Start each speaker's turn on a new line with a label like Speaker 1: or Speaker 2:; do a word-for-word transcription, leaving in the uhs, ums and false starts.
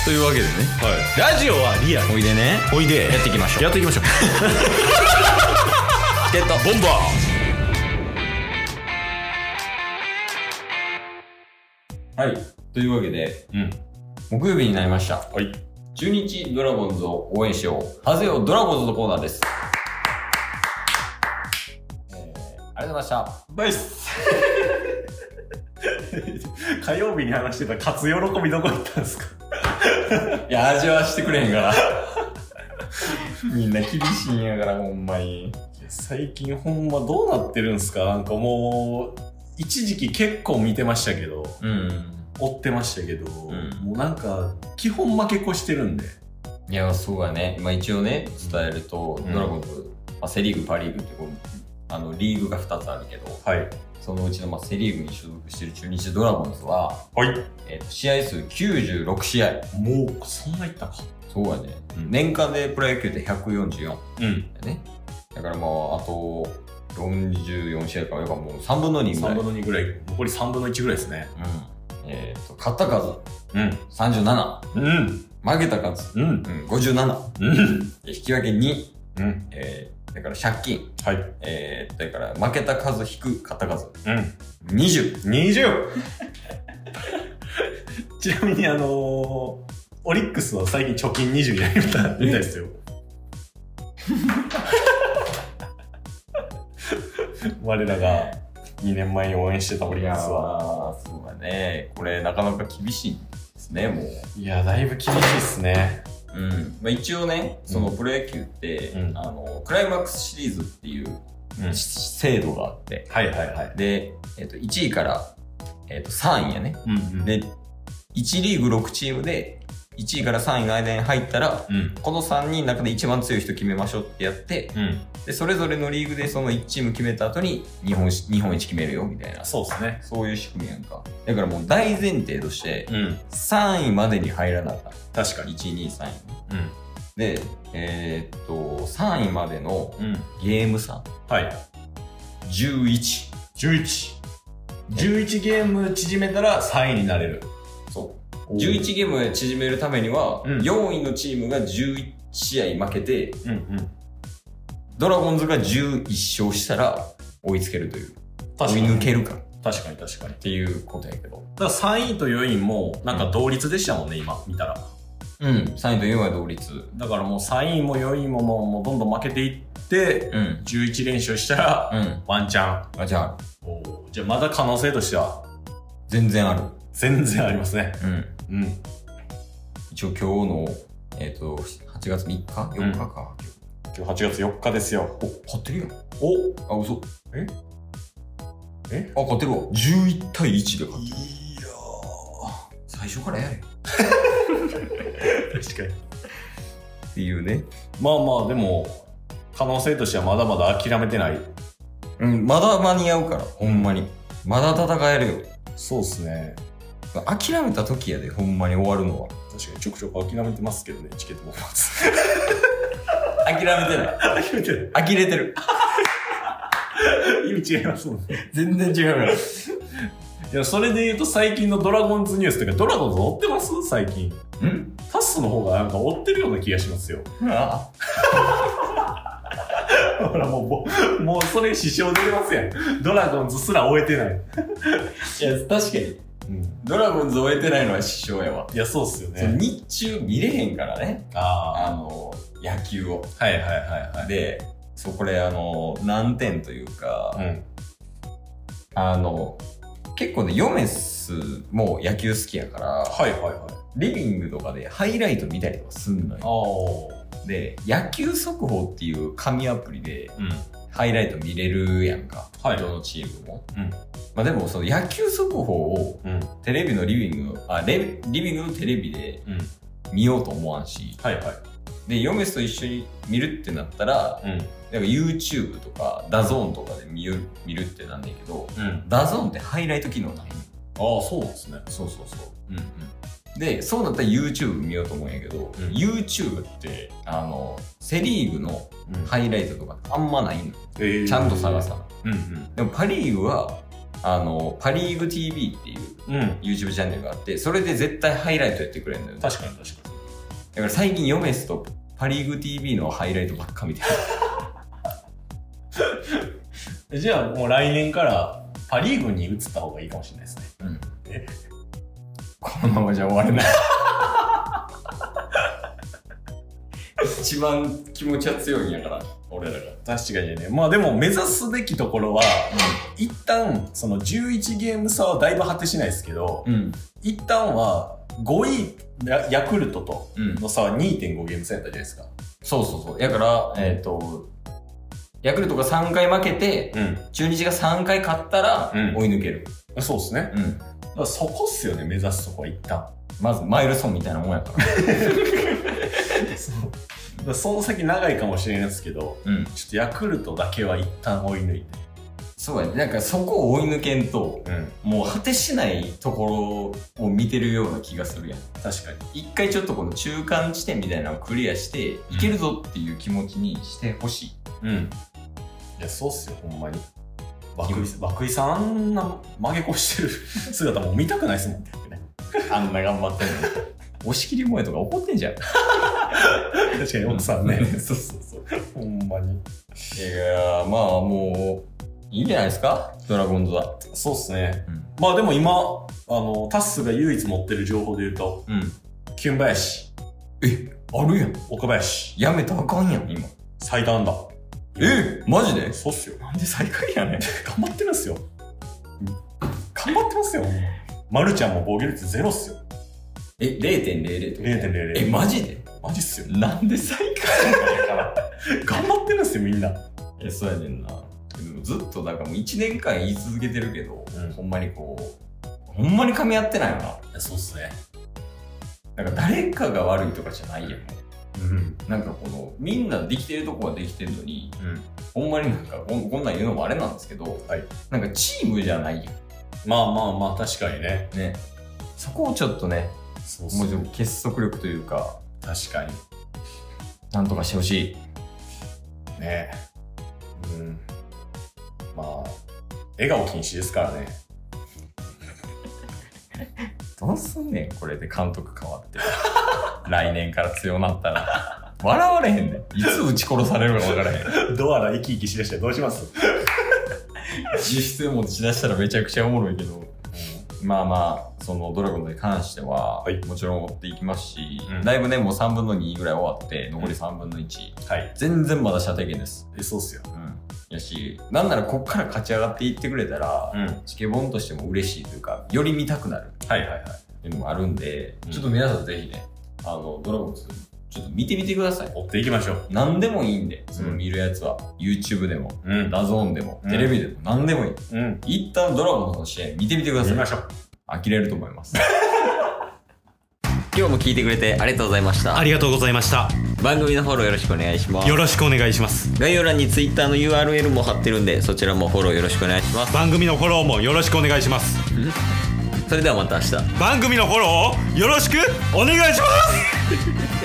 Speaker 1: というわけでね、
Speaker 2: はい、ラジオはリアル。
Speaker 1: おいでね、
Speaker 2: おいで
Speaker 1: やっていきましょう。
Speaker 2: やっていきましょう
Speaker 1: チケットボンバー。はい、というわけで、うん、木曜日になりました。はい、中日ドラゴンズを応援しよう、ハゼよドラゴンズのコーナーです。えー、ありがとうございました。
Speaker 2: バイス火曜日に話してた勝つ喜びどこ行ったんですか？
Speaker 1: いや、味はしてくれへんからみんな厳しいんやから、ほんまに。
Speaker 2: 最近ほんまどうなってるんすか？なんかもう一時期結構見てましたけど、うん、追ってましたけど、うん、もうなんか基本負け越してるんで。
Speaker 1: いや、そうやね。まあ一応ね、伝えると、うん、ドラゴンズ、まあ、セリーグ、パリーグってこうあのリーグがふたつあるけど、はい、そのうちのまあセリーグに所属している中日ドラゴンズは、はい、えー、と試合数きゅうじゅうろくしあい。
Speaker 2: もうそんないったか。
Speaker 1: そうやね、うん、年間でプロ野球ってひゃくよんじゅうよん、うん、ね。だからもうあとよんじゅうよんしあいから、もうさんぶんのにぐらい。さんぶんのにぐらい。残りさんぶんのいちぐらいですね。 うん。えっ、ー、と、勝った数、うん、さんじゅうなな。うん。負けた数、うん、うん、ごじゅうなな。うん。引き分けに。うん。えー、だから借金。はい。えー、だから負けた数引く勝った数。うん。にじゅう。にじゅう!
Speaker 2: ちなみにあのー、オリックスは最近貯金にじゅうやりたみたいですよ。我らがにねんまえに応援してたオリックスは。
Speaker 1: そうだね。これなかなか厳しいですね、もう。
Speaker 2: いや、だいぶ厳しいっすね。
Speaker 1: うん。まあ、一応ね、そのプロ野球って、うん、あの、クライマックスシリーズっていう、うん、制度があって。はいはいはい。で、えっと、いちいから、えっと、さんいやね。うんうん、で、いちリーグろくチームで、いちいからさんいの間に入ったら、うん、このさんにんの中で一番強い人決めましょうってやって、うん、で、それぞれのリーグでそのいちチーム決めた後に日本、日本一決めるよ、みたいな。
Speaker 2: そうですね。
Speaker 1: そういう仕組みやんか。だからもう大前提として、うん、さんいまでに入らなかった。
Speaker 2: 確かに。
Speaker 1: いち、に、さんい。うん。で、えー、っと、さんいまでのゲーム差。うん、はい。じゅういち。
Speaker 2: じゅういち。じゅういちゲーム縮めたらさんいになれる。
Speaker 1: そう。じゅういちゲーム縮めるためには、うん、よんいのチームがじゅういちしあい負けて、うんうん、ドラゴンズがじゅういっしょうしたら追いつけるという。追い抜けるか。
Speaker 2: 確かに確かに。
Speaker 1: っていうことやけど。
Speaker 2: だからさんいとよんいもなんか同率でしたもんね、うん、今見たら。
Speaker 1: うん、さんいとよんいは同率。
Speaker 2: だからもうさんいもよんいももうもうどんどん負けていって、うん、じゅういちれんしょうしたら、うん、ワンチャン。
Speaker 1: ワンチャン。
Speaker 2: おじゃあまだ可能性としては
Speaker 1: 全然ある。
Speaker 2: 全然ありますね。うん。うん。
Speaker 1: 一応今日の、えっ、ー、と、はちがつみっか ?よっかか、
Speaker 2: うん。今日はちがつよっかですよ。
Speaker 1: お、勝ってるやん。
Speaker 2: お
Speaker 1: あ、嘘。
Speaker 2: ええ
Speaker 1: あ、勝ってるわ。じゅういちたいいちで勝ってる。
Speaker 2: いやー。
Speaker 1: 最初からやれ。
Speaker 2: 確かに。
Speaker 1: っていうね。
Speaker 2: まあまあ、でも、可能性としてはまだまだ諦めてない。
Speaker 1: うん、まだ間に合うから、ほんまに。まだ戦えるよ。
Speaker 2: そうっすね。
Speaker 1: 諦めた時やで、ほんまに終わるのは。
Speaker 2: 確かにちょくちょく諦めてますけどね、チケットも待つ。
Speaker 1: 諦めてない。
Speaker 2: 諦めてない。
Speaker 1: 呆れてる。
Speaker 2: 意味違いますもんね。
Speaker 1: 全然違うから。い
Speaker 2: や、それで言うと最近のドラゴンズニュースというか、ドラゴンズ追ってます最近。んタッスの方がなんか追ってるような気がしますよ。ああ。ほらもう、もうそれ支障出てますやん。ドラゴンズすら終えてない。
Speaker 1: いや、確かに。うん、ドラゴンズ終えてないのは支障やわ。
Speaker 2: いや、そうっすよね。
Speaker 1: 日中見れへんからね。ああの、野球を。
Speaker 2: はいはいはいはい。
Speaker 1: で、そう、これあの、難点というか、うん、あの、結構ね、ヨメスも野球好きやから、はいはいはい。リビングとかでハイライト見たりとかすんのよ。で、野球速報っていう紙アプリで、うん、ハイライト見れるやんか。はい。どのチームも。うん。まあでも、その野球速報を、テレビのリビング、あ、レリビングのテレビで見ようと思わんし。はいはい。で、ヨメスと一緒に見るってなったら、うん。なんか YouTube とか、ダゾーンとかで見る、見るってなんだけど、うん。ダゾーンってハイライト機能ないの。
Speaker 2: ああ、そうですね。
Speaker 1: そうそうそう。うんうん。で、そうなったら YouTube 見ようと思うんやけど、うん、YouTube って、あの、セリーグのハイライトとかあんまないの。えー、ちゃんと探さな。うんうん。でもパリーグは、あの、パリーグ ティーブイ っていう YouTube チャンネルがあって、それで絶対ハイライトやってくれるんだよね。
Speaker 2: 確かに確か
Speaker 1: だから最近ヨメスとパリーグ ティーブイ のハイライトばっか見て
Speaker 2: る。じゃあもう来年からパリーグに移った方がいいかもしれないですね。
Speaker 1: うん。えこのままじゃ終われない。一番気持ちは強いんやから、俺らが。
Speaker 2: 確かにね。まあでも目指すべきところは、うん、一旦そのじゅういちゲーム差はだいぶ果てしないですけど、うん、一旦はごいヤクルトとの差は にてんご ゲーム差やったじゃないですか。
Speaker 1: そうそうそう。だから、えっと、ヤクルトがさんかい負けて、うん、中日がさんかい勝ったら追い抜ける。
Speaker 2: うん、そうですね。うん。だからそこっすよね、目指すとこは一旦。
Speaker 1: まずマイルソンみたいなもんやから。
Speaker 2: そうその先長いかもしれないですけど、うん、ちょっとヤクルトだけは一旦追い抜いて。
Speaker 1: そうやね。なんかそこを追い抜けんと、うん、もう果てしないところを見てるような気がするやん。
Speaker 2: 確かに。
Speaker 1: 一回ちょっとこの中間地点みたいなのをクリアして、うん、いけるぞっていう気持ちにしてほしい。うん。
Speaker 2: いや、そうっすよ、ほんまに。涌井さんあんな負け越してる姿もう見たくないっすもんね。
Speaker 1: あんな頑張ってんのに。押し切り萌えとか怒ってんじゃん。
Speaker 2: 確かに奥さんね。
Speaker 1: そうそうそう。
Speaker 2: ほんまに。い
Speaker 1: やー、まあもう、いいんじゃないですかドラゴンズは。
Speaker 2: そうっすね。うん、まあでも今、あの、タッスが唯一持ってる情報で言うと、うん。キュン林。
Speaker 1: え、あるやん。
Speaker 2: 岡林。
Speaker 1: やめたらあかんやん、今。
Speaker 2: 最多安打。
Speaker 1: えマジで
Speaker 2: そうっすよ。
Speaker 1: なんで最下位やねん。
Speaker 2: 頑張ってるんすよ。頑張ってますよ。マルちゃんも防御率ゼロっすよ。
Speaker 1: え、れいてんれいれい とか
Speaker 2: れいてんれいれい。
Speaker 1: え、マジで
Speaker 2: マジっすよ。
Speaker 1: なんで最下位なんやから。
Speaker 2: 頑張ってるんすよ、みんな。
Speaker 1: え、そうやねんな。ずっとなんかもういちねんかん言い続けてるけど、うん、ほんまにこう、ほんまに噛み合ってないよな。い
Speaker 2: や、そうっすね。
Speaker 1: なんか誰かが悪いとかじゃないやん。うん、なんかこの、みんなできてるとこはできてるのに、うん、ほんまになんかこん、こんなん言うのもあれなんですけど、はい、なんかチームじゃないやん。
Speaker 2: まあまあまあ、確かにね。
Speaker 1: ね。そこをちょっとね、そうそう、もう結束力というか、
Speaker 2: 確かに。
Speaker 1: なんとかしてほし
Speaker 2: い。ねえ。うん。まあ、笑顔禁止ですからね。
Speaker 1: どうすんねん、これで監督変わって。来年から強なったら。笑われへんねん。いつ撃ち殺されるか分からへん。
Speaker 2: ドアラ生き生きしだしたらどうします？
Speaker 1: 実質持ち出したらめちゃくちゃおもろいけど。うん、まあまあ、そのドラゴンズに関しては、はい、もちろん追っていきますし、うん、だいぶね、もうさんぶんのにぐらい終わって、残りさんぶんのいち。はい。全然まだ射程圏です。
Speaker 2: え、そうっすよ。
Speaker 1: うん。やし、なんならこっから勝ち上がっていってくれたら、うん、チケボンとしても嬉しいというか、より見たくなる。はいはいはい。っていうのもあるんで、うん、ちょっと皆さんぜひね、あの、ドラゴンズ、ちょっと見てみてください。
Speaker 2: 追っていきましょう。
Speaker 1: 何でもいいんで、その見るやつは。うん、YouTube でも、うん、ダゾーンでも、うん、テレビでも、何でもいい。うん、一旦ドラゴンズの試合見てみてください。
Speaker 2: 見ましょう。
Speaker 1: 呆れると思います。今日も聞いてくれてありがとうございました。
Speaker 2: ありがとうございました。
Speaker 1: 番組のフォローよろしくお願いします。
Speaker 2: よろしくお願いします。
Speaker 1: 概要欄に Twitter の ユーアールエル も貼ってるんで、そちらもフォローよろしくお願いします。
Speaker 2: 番組のフォローもよろしくお願いします。
Speaker 1: それではまた明日。
Speaker 2: 番組のフォローをよろしくお願いします。